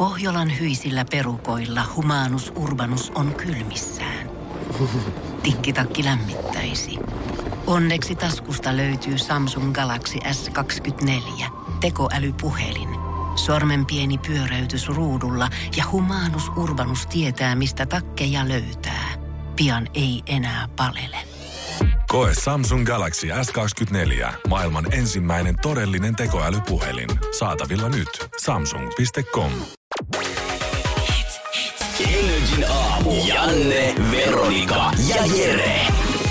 Pohjolan hyisillä perukoilla Humanus Urbanus on kylmissään. Tikkitakki lämmittäisi. Onneksi taskusta löytyy Samsung Galaxy S24. Tekoälypuhelin. Sormen pieni pyöräytys ruudulla ja Humanus Urbanus tietää, mistä takkeja löytää. Pian ei enää palele. Koe Samsung Galaxy S24. Maailman ensimmäinen todellinen tekoälypuhelin. Saatavilla nyt. Samsung.com. Energin aamu. Janne, Veronika ja Jere.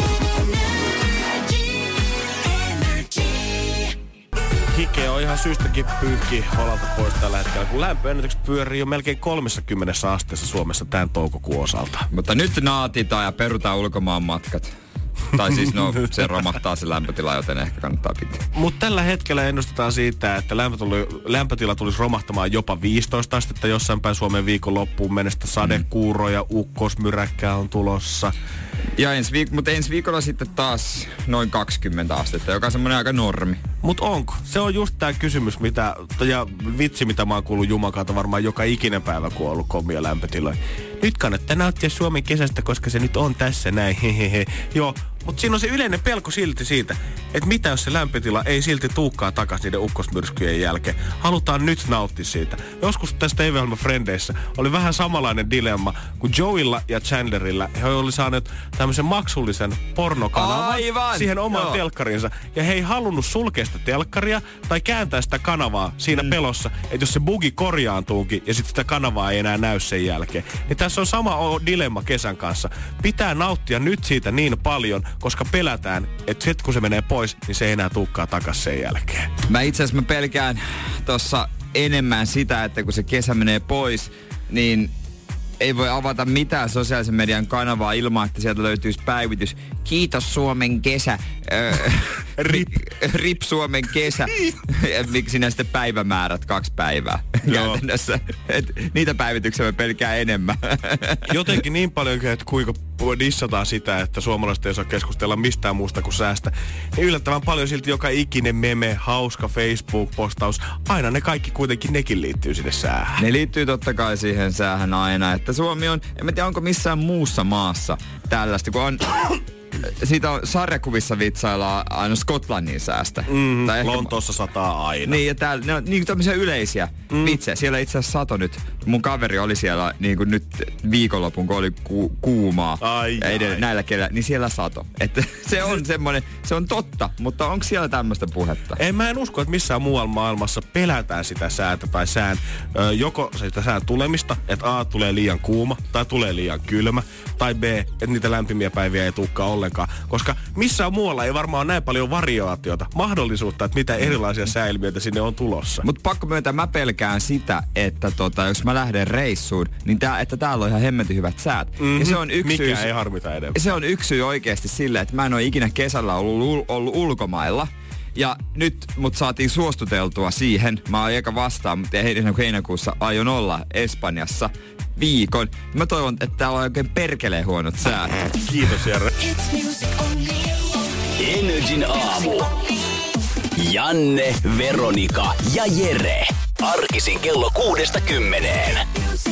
Hike on ihan syystäkin pyyhki holalta pois tällä hetkellä, kun lämpöennätykset pyörii jo melkein 30 asteessa Suomessa tämän toukokuun osalta. Mutta nyt naatitaan ja perutaan ulkomaan matkat. Tai siis se romahtaa se lämpötila, joten ehkä kannattaa pitää. Mutta tällä hetkellä ennustetaan siitä, että lämpötila tulisi romahtamaan jopa 15 astetta jossain päin Suomen viikon loppuun mennessä. Sadekuuroja, ukkosmyräkkää on tulossa. Ja mutta ensi viikolla sitten taas noin 20 astetta, joka on semmoinen aika normi. Mut onko? Se on just tää kysymys, ja vitsi, mitä mä oon kuullut Jumakalta varmaan joka ikinen päivä, kun on ollut komia lämpötiloja. Nyt kannattaa nauttia Suomen kesästä, koska se nyt on tässä näin, hehehe. Joo, mutta siinä on se yleinen pelko silti siitä, että mitä jos se lämpötila ei silti tuukkaan takaisin niiden ukkosmyrskyjen jälkeen. Halutaan nyt nauttia siitä. Joskus tässä TV-ohjelman Frendeissä oli vähän samanlainen dilemma kuin Joeylla ja Chandlerilla. He oli saaneet tämmöisen maksullisen pornokanavan siihen omaan telkkarinsa. Ja he ei halunnut sulkea sitä telkkaria tai kääntää sitä kanavaa siinä pelossa, että jos se bugi korjaantuukin ja sitten sitä kanavaa ei enää näy sen jälkeen. Niin tässä on sama dilemma kesän kanssa. Pitää nauttia nyt siitä niin paljon, koska pelätään, että sit kun se menee pois, niin se ei enää tuukkaa takas sen jälkeen. Mä pelkään tossa enemmän sitä, että kun se kesä menee pois, niin ei voi avata mitään sosiaalisen median kanavaa ilman, että sieltä löytyisi päivitys. Kiitos Suomen kesä. Rip Suomen kesä. Miksi sinä sitten päivämäärät 2 päivää käytännössä. Niitä päivityksiä me pelkää enemmän. Jotenkin niin paljon, että kuinka dissataan sitä, että suomalaiset ei saa keskustella mistään muusta kuin säästä. Niin yllättävän paljon silti joka ikinen meme, hauska Facebook-postaus, aina ne kaikki kuitenkin nekin liittyy sinne säähän. Ne liittyy totta kai siihen säähän aina, että Suomi on, en tiedä onko missään muussa maassa tällaista, kun on siitä on sarjakuvissa vitsaillaan aina Skotlannin säästä. Lontoossa sataa aina. Niin, ja täällä ne on niin tämmöisiä yleisiä vitsejä. Siellä itse asiassa sato nyt. Mun kaveri oli siellä niin kuin nyt viikonlopun, kun oli kuumaa. Näillä kellä, niin siellä sato. Että se on semmoinen, se on totta, mutta onko siellä tämmöistä puhetta? Mä en usko, että missään muualla maailmassa pelätään sitä säätä tai joko sitä sään tulemista, että A, tulee liian kuuma tai tulee liian kylmä, tai B, että niitä lämpimiä päiviä ei tulekaan ollenkaan. Koska missään muualla ei varmaan ole näin paljon variaatiota, mahdollisuutta, että mitä erilaisia sääilmiöitä sinne on tulossa. Mutta pakko myöntää, mä pelkään sitä, että jos mä lähden reissuun, niin että täällä on ihan hemmetin hyvät säät. Ja se on yksi mikä ei harmita enemmän. Se on yksi syy oikeasti silleen, että mä en ole ikinä kesällä ollut ulkomailla. Ja nyt mut saatiin suostuteltua siihen. Mä oon eka vastaan, mutta heinäkuussa aion olla Espanjassa viikon. Mä toivon, että täällä on oikein perkeleen huonot säät. Kiitos, Jere. Energin aamu. Janne, Veronika ja Jere. Arkisin kello 6-10.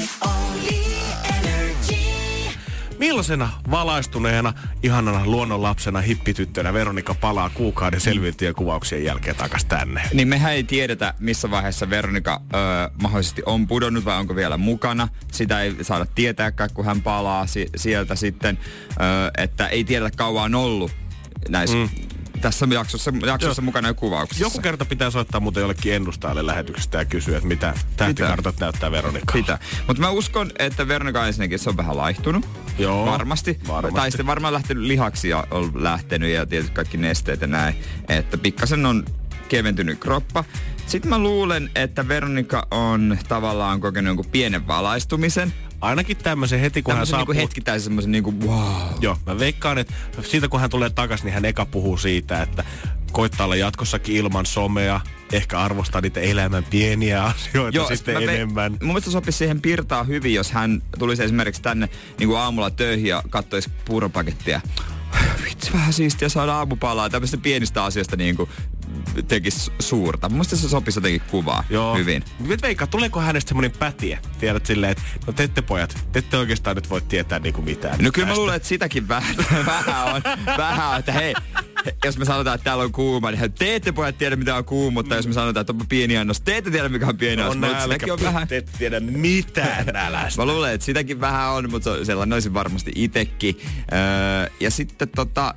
Millaisena valaistuneena, ihanana luonnonlapsena, hippityttönä Veronika palaa kuukauden selviytyjien kuvauksien jälkeen takas tänne? Niin mehän ei tiedetä, missä vaiheessa Veronika mahdollisesti on pudonnut vai onko vielä mukana. Sitä ei saada tietääkään, kun hän palaa sieltä sitten, että ei tiedetä kauan ollut näissä tässä jaksossa mukana jo kuvauksissa. Joku kerta pitää soittaa muuten jollekin ennustajalle lähetyksestä ja kysyä, että mitä tähtikartat näyttää Veronikaa. Pitää. Mutta mä uskon, että Veronika ensinnäkin se on vähän laihtunut. Joo. Varmasti. Tai sitten varmaan lähtenyt lihaksia on lähtenyt ja tietysti kaikki nesteet ja näin. Että pikkasen on keventynyt kroppa. Sitten mä luulen, että Veronika on tavallaan kokenut jonkun pienen valaistumisen. Ainakin tämmöisen heti, kun hän saapuu. Niinku hetkittäisen semmoisen niinku wow. Joo, mä veikkaan, että siitä kun hän tulee takaisin, niin hän eka puhuu siitä, että koittaa olla jatkossakin ilman somea, ehkä arvostaa niitä elämän pieniä asioita sitten enemmän. Mun mielestä sopisi siihen pirtaa hyvin, jos hän tulisi esimerkiksi tänne niin kuin aamulla töihin ja kattoisi puuropakettia. Vitsi, vähän siistiä saada aamupalaa. Tämmöistä pienistä asioista niin kuin tekisi suurta. Mun mielestä se sopisi jotenkin kuvaa hyvin. Nyt Veikka, tuleeko hänestä semmoinen pätiä? Tiedät silleen, että no te ette pojat, te ette oikeastaan nyt voi tietää niinku mitään. No kyllä mä luulen, että sitäkin vähän on, että hei, jos me sanotaan, että täällä on kuuma, niin te ette pojat tiedä, mitä on kuuma, mutta jos me sanotaan, että on pieni annos, te ette tiedä, mikä on pieni annos. On nälkä, on vähän... te ette tiedä mitään nälästä. Mä luulen, että sitäkin vähän on, mutta sellainen olisi varmasti itekin. Ja sitten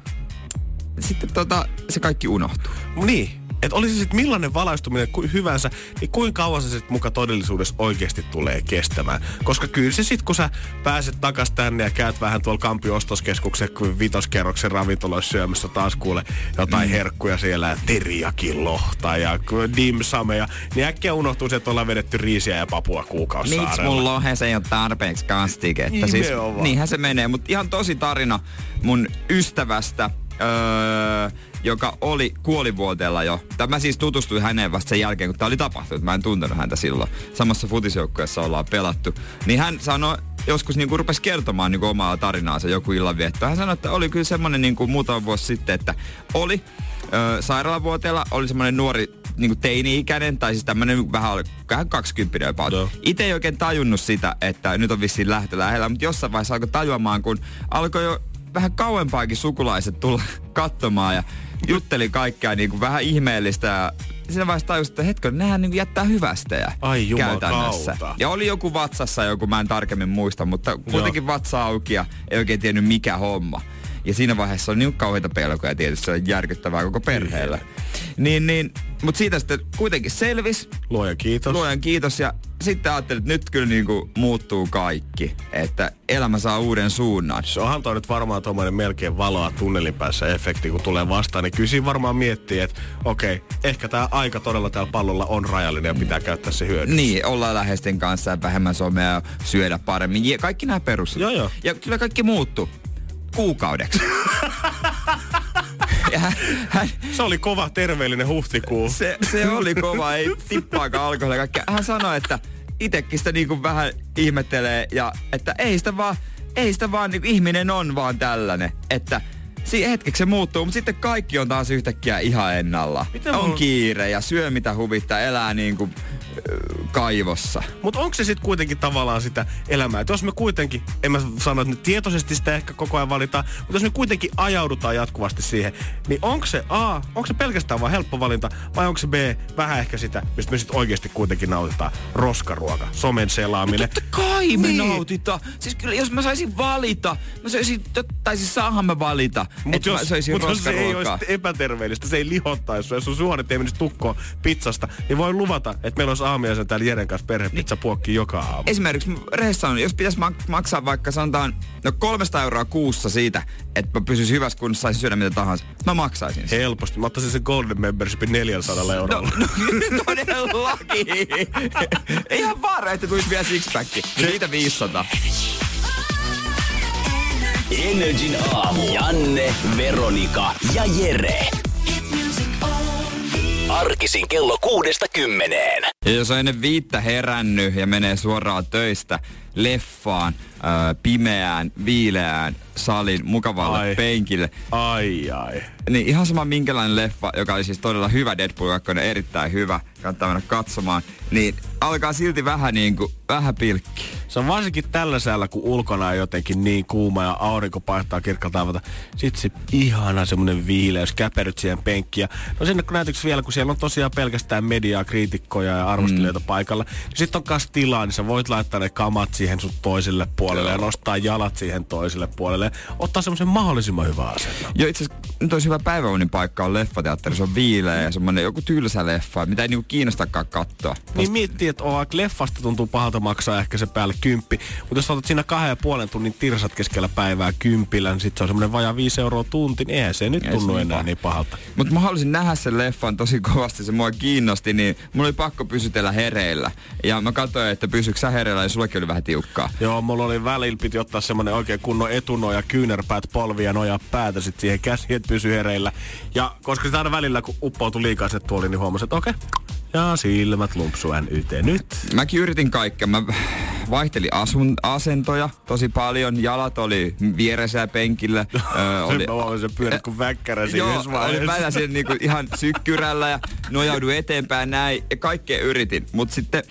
se kaikki unohtuu. Niin. Että olisi sitten millainen valaistuminen hyvänsä, niin kuinka kauan se sitten muka todellisuudessa oikeasti tulee kestämään. Koska kyllä se sitten, kun sä pääset takas tänne ja käyt vähän tuolla Kampion ostoskeskuksen 5-kerroksen ravintoloissa syömässä taas kuule jotain herkkuja siellä ja teriakin lohta ja dimsameja, niin äkkiä unohtuu se, että ollaan vedetty riisiä ja papua kuukausisaarella. Miksi mun lohessa ei ole tarpeeksi kastiketta? Siis, niinhän se menee, mutta ihan tosi tarina mun ystävästä, joka oli kuolivuoteella jo. Mä siis tutustuin häneen vasta sen jälkeen, kun tää oli tapahtunut. Mä en tuntenut häntä silloin. Samassa futisjoukkueessa ollaan pelattu. Niin hän sanoi, joskus niinku rupesi kertomaan niinku omaa tarinaansa joku illanvietto. Hän sanoi, että oli kyllä semmonen niinku muutama vuosi sitten, että oli sairaalavuoteella, oli semmonen nuori niinku teini-ikäinen, tai siis tämmönen vähän 20 about. No. Itse ei oikein tajunnut sitä, että nyt on vissiin lähtö lähellä, mutta jossain vaiheessa alkoi tajuamaan, kun alkoi jo vähän kauempaakin sukulaiset tulla katsomaan ja jutteli kaikkea niin kuin vähän ihmeellistä. Ja siinä vaiheessa tajusin, että hetken, nehän niin kuin jättää hyvästejä käytännössä. Ja oli joku vatsassa, mä en tarkemmin muista, mutta kuitenkin vatsa auki ja ei oikein tiennyt mikä homma. Ja siinä vaiheessa on niin kauheita pelkoja tietysti, se on järkyttävää koko perheelle. Mutta siitä sitten kuitenkin selvisi. Luojan kiitos. Luojan kiitos ja sitten ajattelin, että nyt kyllä niinku muuttuu kaikki. Että elämä saa uuden suunnan. Se onhan toi nyt varmaan tommoinen melkein valoa tunnelin päässä efekti, kun tulee vastaan. Niin kyllä siinä varmaan miettii, että okei, ehkä tää aika todella täällä pallolla on rajallinen ja pitää käyttää se hyödyksi. Niin, ollaan läheisten kanssa ja vähemmän somea, syödä paremmin. Ja kaikki nämä perustat. Joo. Ja kyllä kaikki muuttuu. Kuukaudeksi. Se oli kova terveellinen huhtikuu. Se oli kova, ei tippaakaan alkoholia kaikkea. Hän sanoi, että itekin sitä niinku vähän ihmettelee ja että ei sitä vaan niinku ihminen on vaan tällainen, että hetkeksi se muuttuu, mutta sitten kaikki on taas yhtäkkiä ihan ennalla. On kiire ja syö mitä huvittaa, elää niinku kaivossa. Mutta onko se sitten kuitenkin tavallaan sitä elämää? Että jos me kuitenkin, en mä sano, että tietoisesti sitä ehkä koko ajan valitaan, mutta jos me kuitenkin ajaudutaan jatkuvasti siihen, niin onko se A, onko se pelkästään vaan helppo valinta, vai onko se B, vähän ehkä sitä, mistä me sitten oikeasti kuitenkin nautitaan? Roskaruoka, somen selaaminen. No totta kai me nautitaan. Siis kyllä, jos mä saisin valita, saahan mä valita, että mä söisin roskaruokaa. Mutta jos se ei olisi epäterveellistä, se ei lihottaisi, jos sun suonet ei menisi tukkoon pizzasta, niin voi luvata, että meillä olisi aamiaisen täällä Jeren kanssa perhepizza puokki joka aamu. Esimerkiksi rehessä on, jos pitäisi maksaa vaikka sanotaan 300 € kuussa siitä, että mä pysyisin hyvässä kunnossa, saisin syödä mitä tahansa, mä maksaisin sen. Helposti. Mä ottaisin sen Golden Membershipin 400 €. No todellakin. Ihan vaara, että tulisi vielä sixpacki. Niitä 500. Energin aamu. Janne, Veronika ja Jere. Arkisin kello 6-10. Ja jos on ennen 5 herännyt ja menee suoraan töistä leffaan, pimeään, viileään salin mukavalle penkille. Ai. Niin ihan sama minkälainen leffa, joka oli siis todella hyvä, Deadpool 2, erittäin hyvä, kannattaa mennä katsomaan, niin alkaa silti vähän pilkki. Se on varsinkin tällä säällä, kun ulkona on jotenkin niin kuuma ja aurinko paistaa kirkkalta taivalta. Sitten se ihana semmonen viileys, käperyt siihen penkkiin. No sinne kun näytöksi vielä, kun siellä on tosiaan pelkästään mediaa, kriitikkoja ja arvostelijoita paikalla, niin sit on kas tilaa, niin sä voit laittaa ne kamat siihen sun toiselle puolelle ja nostaa jalat siihen toiselle puolelle ja ottaa semmoisen mahdollisimman hyvä asennon. Joo, itse asiassa nyt olisi hyvä päiväunin paikka on leffateatteri. Se on viileä ja semmoinen joku tylsä leffa, mitä ei niinku kiinnostakaan katsoa. Niin miettii, että leffasta tuntuu pahalta maksaa ehkä se päälle 10. Mutta jos otat siinä 2,5 tunnin tirsat keskellä päivää 10, niin sit se on semmoinen vajaa 5 € tunti, niin eihän se nyt tunnu enää niin pahalta. Mutta mä halusin nähdä sen leffan tosi kovasti, se mua kiinnosti, niin mulla oli pakko pysytellä hereillä. Ja mä katsoin, että pysyykö sä hereillä ja sullekin oli vähän tiukkaa. Joo, mulla oli välillä piti ottaa semmonen oikein kunnon etunoja, kyynärpäät, polvi ja nojaa päätä sit siihen käsiin, että pysy hereillä. Ja koska sitä aina välillä, kun uppoutui liikaa se tuoli, niin huomasin, että okei. Ja silmät lumpsu NYT nyt. Mäkin yritin kaikkea. Mä vaihteli asentoja tosi paljon. Jalat oli vieressä penkillä. Se pyörät kuin väkkärä siinä yhdessä vaiheessa. Oli välillä siellä niinku ihan sykkyrällä ja nojauduin eteenpäin näin. Ja kaikkea yritin. Mut sitten,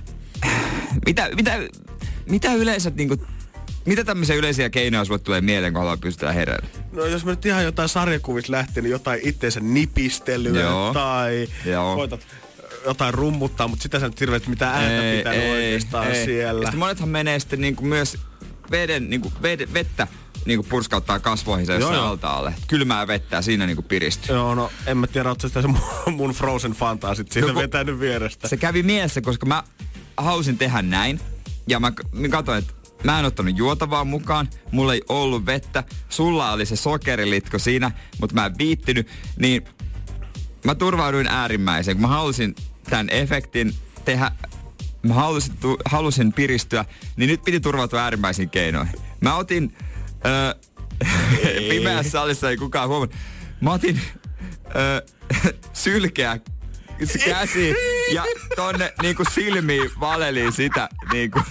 mitä yleensä niinku... Mitä tämmöisiä yleisiä keinoja sulle tulee mieleen, kun haluaa pystyä hereille? No jos mä nyt ihan jotain sarjakuvista lähtee, niin jotain itteensä nipistelyä tai koitat jotain rummuttaa, mutta sitä sä nyt hirveet mitä ääntä pitää oikeastaan siellä. Ja monethan menee sitten niinku myös vettä niinku purskauttaa kasvoihinsa jossain altaalle. Kylmää vettä siinä niinku piristyy. Joo, no en mä tiedä, ootko sitä se mun Frozen Fantaa sit siitä vetänyt vierestä. Se kävi mielessä, koska mä halusin tehdä näin. Ja mä katsoin, että mä en ottanut juotavaa mukaan, mulla ei ollut vettä, sulla oli se sokerilitko siinä, mutta mä en viittinyt, niin mä turvauduin äärimmäiseen, kun mä halusin tämän efektin tehdä, mä halusin piristyä, niin nyt piti turvautua äärimmäisiin keinoihin. Mä otin, pimeässä salissa ei kukaan huomannut, mä otin sylkeä käsi ja tonne niinku silmiin valeliin sitä niinku...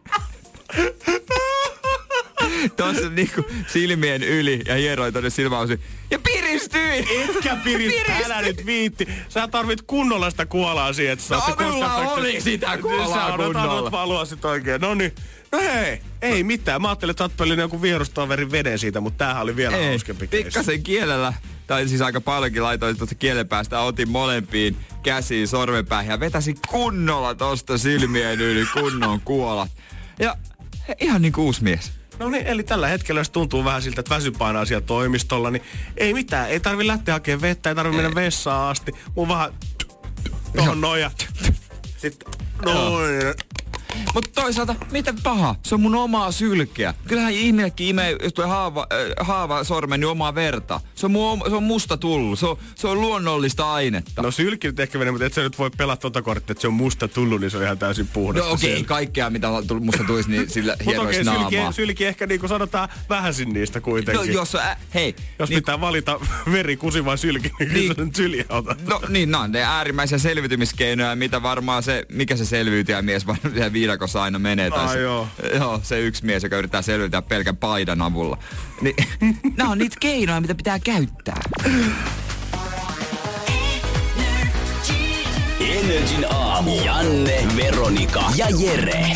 Tuossa niinku silmien yli ja hieroin tonne silmäusiin. Ja piristyin! Etkä älä nyt viitti. Sä tarvit kunnolla sitä kuolaa siihen, että sä oot mulla oli sitä kuolaa kunnolla. Sä valua sit oikein. Noniin. No hei, ei mitään. Mä ajattelin, että sä oot pelin joku vierustoverin veden siitä, mutta tämähän oli vielä hauskempi keissi. Pikkasen kielellä, tai siis aika paljonkin laitoin tuosta kielen päästä, otin molempiin käsiin sormenpäihin ja vetäsin kunnolla tosta silmien yli kunnon kuolat. Ja ihan niin kuin uusi mies. No niin, eli tällä hetkellä jos tuntuu vähän siltä, että väsy painaa siellä toimistolla, niin ei mitään. Ei tarvi lähteä hakemaan vettä, ei tarvi mennä vessaan asti. Mun vähän tohon noin ja sitten noin. Mutta toisaalta, mitä paha? Se on mun omaa sylkeä. Kyllähän ihminenkin imee, jos tulee haava sormen, niin omaa verta. Se on musta tullut. Se on luonnollista ainetta. No sylki nyt ehkä menee, mutta et sä nyt voi pelata tota korttia, että se on musta tullut, niin se on ihan täysin puhdasta. No okei, kaikkea mitä musta tulisi, niin sillä hieroisi naamaa. Mutta sylki ehkä niin kuin sanotaan vähäsin niistä kuitenkin. No jos niin, pitää valita verikusi vai sylki, niin kyllä syliä otat. No niin, nämä on ne äärimmäisiä selviytymiskeinoja, mitä varmaan mikä se selviytyjämies vaan viidakossa aina menee. Joo, se yksi mies, joka yrittää selvitä pelkän paidan avulla. Niin, nämä on niitä keinoja, mitä pitää käyttää. Energin aamu. Janne, Veronika ja Jere.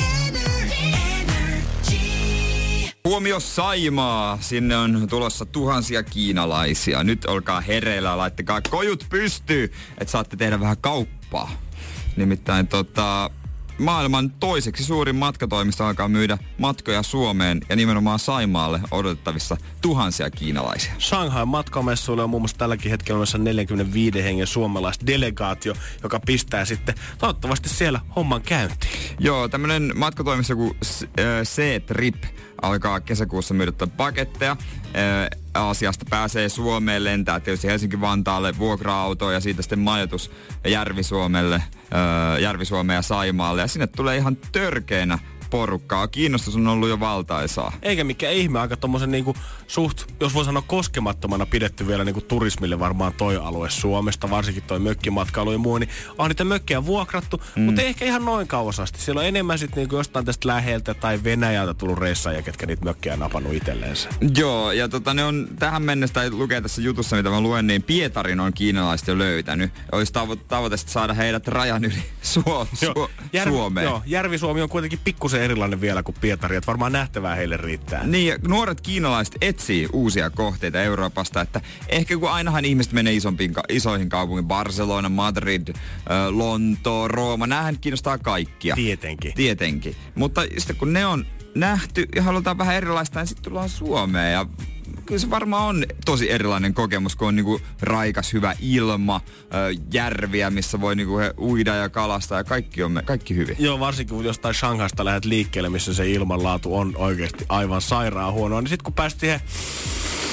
Huomio Saimaa. Sinne on tulossa tuhansia kiinalaisia. Nyt olkaa hereillä, laittakaa kojut pystyyn, että saatte tehdä vähän kauppaa. Nimittäin maailman toiseksi suurin matkatoimisto alkaa myydä matkoja Suomeen ja nimenomaan Saimaalle odotettavissa tuhansia kiinalaisia. Shanghain matkamessuille on muun muassa tälläkin hetkellä 45 hengen suomalaisdelegaatio, joka pistää sitten toivottavasti siellä homman käyntiin. Joo, tämmönen matkatoimisto kuin C-Trip alkaa kesäkuussa myydä paketteja. Aasiasta pääsee Suomeen, lentää tietysti Helsinki-Vantaalle, vuokra-auto ja siitä sitten majoitus Järvi-Suomeen ja Saimaalle. Ja sinne tulee ihan törkeänä porukkaa. Kiinnostus on ollut jo valtaisaa. Eikä mikään ihme, aika tommosen niinku suht, jos voi sanoa koskemattomana pidetty vielä niinku turismille varmaan toi alue Suomesta, varsinkin toi mökkimatkailu ja muu, niin on niitä mökkejä vuokrattu, mutta ei ehkä ihan noin kauas asti. Siellä on enemmän sit niinku jostain tästä läheltä tai Venäjältä tullut reissaajia, ketkä niitä mökkejä napannut itselleensä. Joo, ja ne on tähän mennessä, tai lukee tässä jutussa, mitä mä luen, niin Pietarin on kiinalaiset jo löytänyt. Olisi tavoite saada heidät rajan yli Suomeen. Joo, Järvi-Suomi on kuitenkin pikkusen erilainen vielä kuin Pietari, että varmaan nähtävää heille riittää. Niin, ja nuoret kiinalaiset etsii uusia kohteita Euroopasta, että ehkä kun ainahan ihmiset menee isoihin kaupunkiin, Barcelona, Madrid, Lontoo, Rooma, näähän kiinnostaa kaikkia. Tietenkin. Mutta sitten kun ne on nähty ja halutaan vähän erilaista, niin sitten tullaan Suomeen ja kyllä se varmaan on tosi erilainen kokemus, kun on niinku raikas, hyvä ilma, järviä, missä voi niinku uida ja kalastaa ja kaikki hyvin. Joo, varsinkin kun jostain Shanghaista lähdet liikkeelle, missä se ilmanlaatu on oikeasti aivan sairaan huonoa, niin sitten kun pääst siihen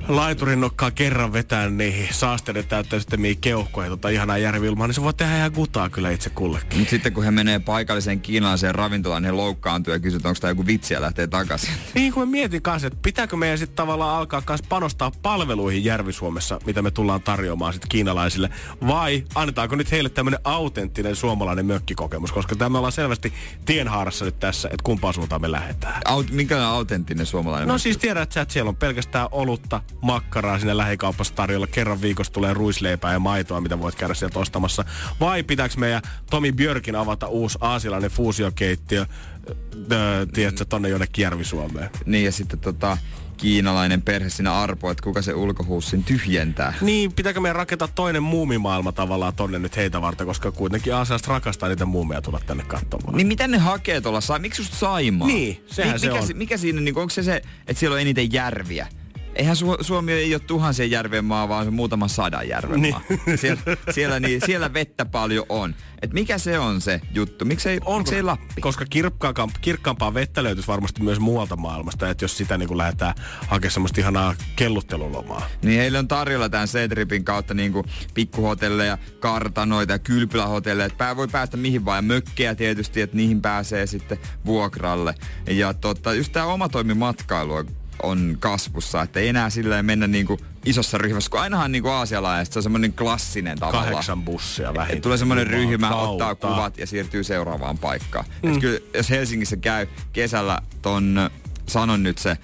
laiturin nokkaa kerran vetää niihin saasteiden täyttäystämiin keuhkoihin ihanaa järvi-ilmaa, niin se voi tehdä ihan gutaa kyllä itse kullekin. Mutta sitten kun he menee paikalliseen kiinalaiseen ravintolaan, niin he loukkaantuu ja kysyt, onko tämä joku vitsi ja lähtee takaisin. Niin kuin mä mietin kanssa, että pitääkö meidän sitten tavallaan alkaa kanssa panostaa palveluihin Järvi-Suomessa, mitä me tullaan tarjoamaan sitten kiinalaisille, vai annetaanko nyt heille tämmöinen autenttinen suomalainen mökkikokemus, koska tämä ollaan selvästi tienhaarassa nyt tässä, että kumpaan suuntaan me lähdetään. Minkälainen autenttinen suomalainen? No siis tiedät sä, että siellä on pelkästään olutta, makkaraa sinne lähikaupassa tarjolla. Kerran viikossa tulee ruisleipää ja maitoa, mitä voit käydä sieltä ostamassa. Vai pitääkö meidän Tomi Björkin avata uusi aasialainen fuusiokeittiö, tiedätkö, tonne jonnekin Järvi-Suomeen? Niin ja sitten kiinalainen perhe siinä arpoo, että kuka se ulkohuussin tyhjentää. Niin, pitääkö meidän rakentaa toinen muumimaailma tavallaan tonne nyt heitä varten, koska kuitenkin aasialaiset rakastaa niitä muumeja tulla tänne katsomaan. Niin miten ne hakee tuolla? Miksi just Saimaa? Niin, sehän se on. Mikä siinä, niin onko se, että siellä on eniten järviä? Eihän Suomi ei ole tuhansien järven maa, vaan se muutama 100 järven maa. Siellä vettä paljon on. Et mikä se on se juttu? Miksei Lappi? Koska kirkkaampaa vettä löytyisi varmasti myös muualta maailmasta, että jos sitä niin kuin lähdetään hakemaan semmoista ihanaa kelluttelulomaa. Niin heillä on tarjolla tämän C-Tripin kautta niin kuin pikkuhotelleja, kartanoita ja kylpylähotelleja. Että voi päästä mihin vaan. Ja mökkejä tietysti, että niihin pääsee sitten vuokralle. Ja just tämä omatoimimatkailu on kasvussa, että ei enää silleen mennä niinku isossa ryhmässä, kun ainahan niinku aasialaiset, se on semmoinen klassinen tavalla. 8 bussia vähintään. Tulee semmoinen ryhmä, ottaa kuvat ja siirtyy seuraavaan paikkaan. Et kyllä, jos Helsingissä käy kesällä sanon nyt se,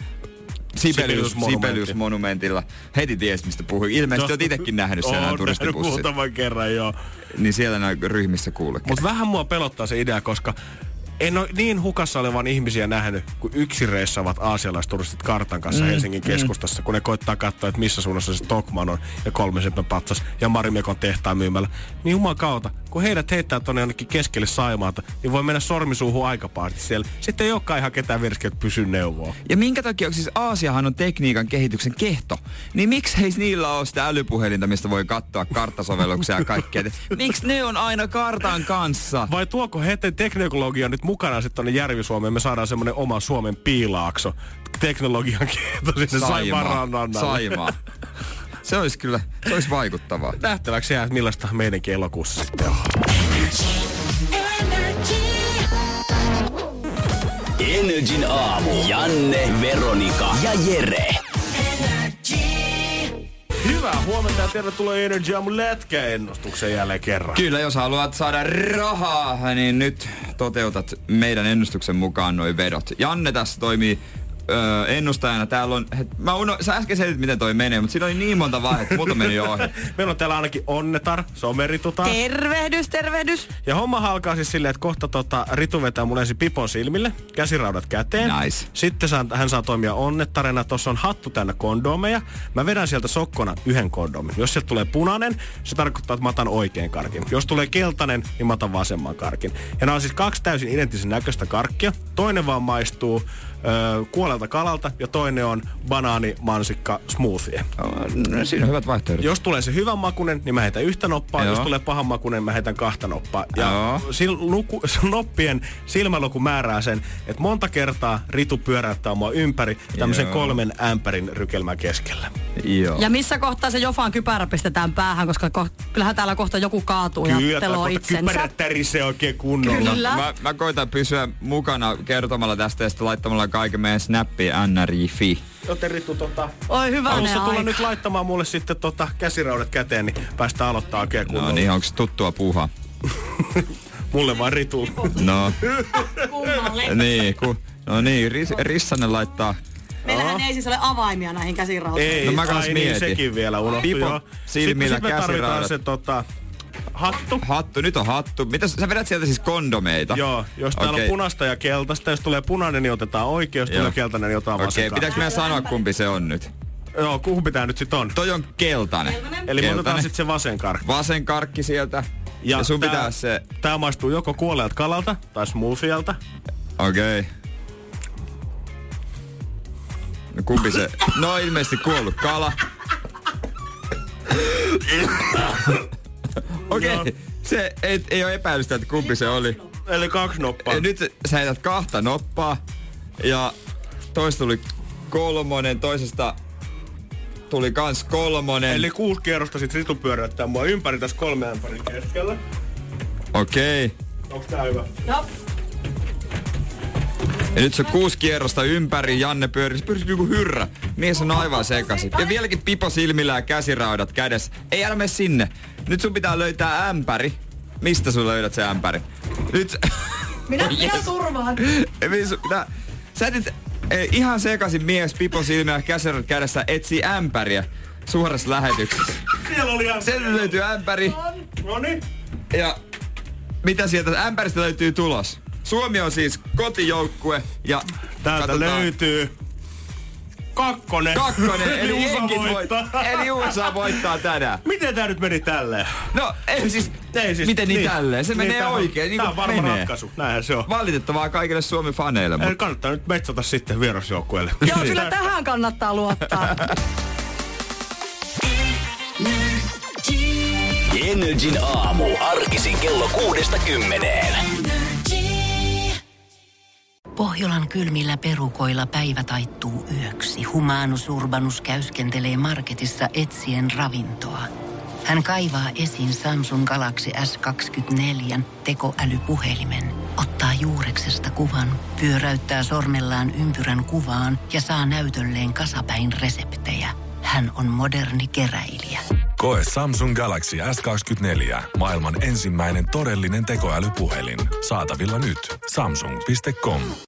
Sibelius-monumentilla. Heti ties, mistä puhui. Ilmeisesti olet itsekin nähnyt siellä nämä turistibussit. Muutaman kerran, joo. Niin siellä nämä ryhmissä kuuluu. Mutta vähän mua pelottaa se idea, koska en ole niin hukassa olevan ihmisiä nähnyt, kun yksin reissaavat aasialaisturistit kartan kanssa Helsingin keskustassa, kun ne koittaa katsoa, että missä suunnassa se Stockman on ja 3 Seppän patsas ja Marimekon tehtaan myymällä. Niin jumakauta, kun heidät heittää tonne jonnekin keskelle Saimaata, niin voi mennä sormisuuhun aikapaasti siellä. Sitten ei olekaan ihan ketään verskeet pysy neuvoa. Ja minkä takia, siis Aasiahan on tekniikan kehityksen kehto, niin miksi heis niillä ole sitä älypuhelinta, mistä voi katsoa karttasovelluksia ja kaikkea? Miksi ne on aina kartan kanssa? Vai tuoko heten teknologia nyt mukana sitten tonne Järvi-Suomeen? Me saadaan semmonen oma Suomen piilaakso. Teknologian kehto sinne Saimaa. Se olisi vaikuttavaa. Nähtäväksi jää, millaista meidänkin elokuussa sitten on. Energin aamu. Janne, Veronika ja Jere. Hyvää huomenta ja tervetuloa Energy Aamun lätkäennustuksen jälleen kerran. Kyllä, jos haluat saada rahaa, niin nyt toteutat meidän ennustuksen mukaan noi vedot. Janne tässä toimii ennustajana. Täällä on, sä äsken selitit, miten toi menee, mutta siinä oli niin monta vaihetta, multa meni jo ohi. Meillä on täällä ainakin Onnetar, se on Meritutar. Tervehdys. Ja homma alkaa siis silleen, että kohta Ritu vetää mulle ensin pipon silmille, käsiraudat käteen. Nice. Sitten hän saa toimia Onnettarena, tossa on hattu täynnä kondomeja. Mä vedän sieltä sokkona 1 kondomin. Jos sieltä tulee punainen, se tarkoittaa, että mä otan oikean karkin. Jos tulee keltainen, niin mä otan vasemman karkin. Ja nämä on siis 2 täysin identtisen näköistä karkkia. Toinen vaan maistuu kuolelta kalalta ja toinen on banaani, mansikka, smoothie. No, siinä on hyvät vaihtoehdot. Jos tulee se hyvän makunen, niin mä heitän 1 noppaa. Jos tulee pahan makunen, mä heitän 2 noppaa. Ja noppien silmäluku määrää sen, että monta kertaa Ritu pyöräyttää mua ympäri tämmöisen 3 ämpärin rykelmän keskellä. Joo. Ja missä kohtaa se Jofan kypärä pistetään päähän, koska kyllähän täällä kohta joku kaatuu ja teloo itsensä. Kypärä tärisee oikein kunnolla. Kyllä. Mä koitan pysyä mukana kertomalla tästä ja sitten laittamalla kaiken meidän snappiin nri.fi. Joten Ritu, oi hyvä haluatko tulla nyt laittamaan mulle sitten käsiraudat käteen, niin päästään aloittaa oikein kunnolla. No niin, onko se tuttua puuhaa? Mulle vaan Ritulle. No. Kummalle. Niin, Rissanen laittaa. Meillähän ei siis ole avaimia näihin käsirautoihin. Ei, no mä kans mietin. Niin, sekin vielä unohtui. Pipo silmillä käsiraudat. Sitten me tarvitaan se Hattu, nyt on hattu. Mitä sä vedät sieltä siis kondomeita? Joo, jos täällä on punaista ja keltaista, jos tulee punainen, niin otetaan oikein, jos tulee keltainen, niin otetaan vasen. Okei, pitääkö meidän sanoa, kumpi se on nyt? Joo, kumpi tää nyt sit on? Toi on keltainen. Eli me otetaan sit se vasen karkki. Vasen karkki sieltä. Ja sun pitää se... Tää maistuu joko kuolleelta kalalta tai smoothielta. Okei. No kumpi se... No ilmeisesti kuollut kala. Okei. Se ei ole epäilystä, että kumpi se oli. Eli 2 noppaa. Ja nyt sä heität 2 noppaa. Ja toista tuli 3, toisesta tuli kans 3. Eli 6 kierrosta sit Ritu pyöräyttää mua ympäri tässä 3 ämpärin keskellä. Okei. Onks tää hyvä? Joo. Ja nyt se on 6 kierrosta ympäri, Janne pyörii niinku hyrrä. Mies on aivan sekaisin. Ja vieläkin pipo silmillä ja käsiraudat kädessä. Ei älä mene sinne. Nyt sun pitää löytää ämpäri. Mistä sun löydät se ämpäri? Nyt... Minä turvaan. Sä etit ihan sekaisin mies, pipo silmillä ja käsiraudat kädessä etsii ämpäriä suorassa lähetyksessä. Siellä oli ämpäri. Sieltä löytyy ämpäri. Noniin. Ja mitä sieltä ämpäristä löytyy tulos? Suomi on siis kotijoukkue ja täältä löytyy kakkonen. Eli jenkit voittaa. Eli USA voittaa tänään. Miten tää nyt meni tälleen? No ei siis miten niin tälleen? Se menee oikein. Niin tää on varma ratkaisu. Näinhän se on. Valitettavaa kaikille Suomi-faneille. Mutta... kannattaa nyt metsata sitten vierasjoukkueelle. Joo, kyllä tähän kannattaa luottaa. Energin aamu. Arkisin kello 6-10. Pohjolan kylmillä perukoilla päivä taittuu yöksi. Humanus Urbanus käyskentelee marketissa etsien ravintoa. Hän kaivaa esiin Samsung Galaxy S24 tekoälypuhelimen, ottaa juureksesta kuvan, pyöräyttää sormellaan ympyrän kuvaan ja saa näytölleen kasapäin reseptejä. Hän on moderni keräilijä. Koe Samsung Galaxy S24. Maailman ensimmäinen todellinen tekoälypuhelin. Saatavilla nyt. Samsung.com.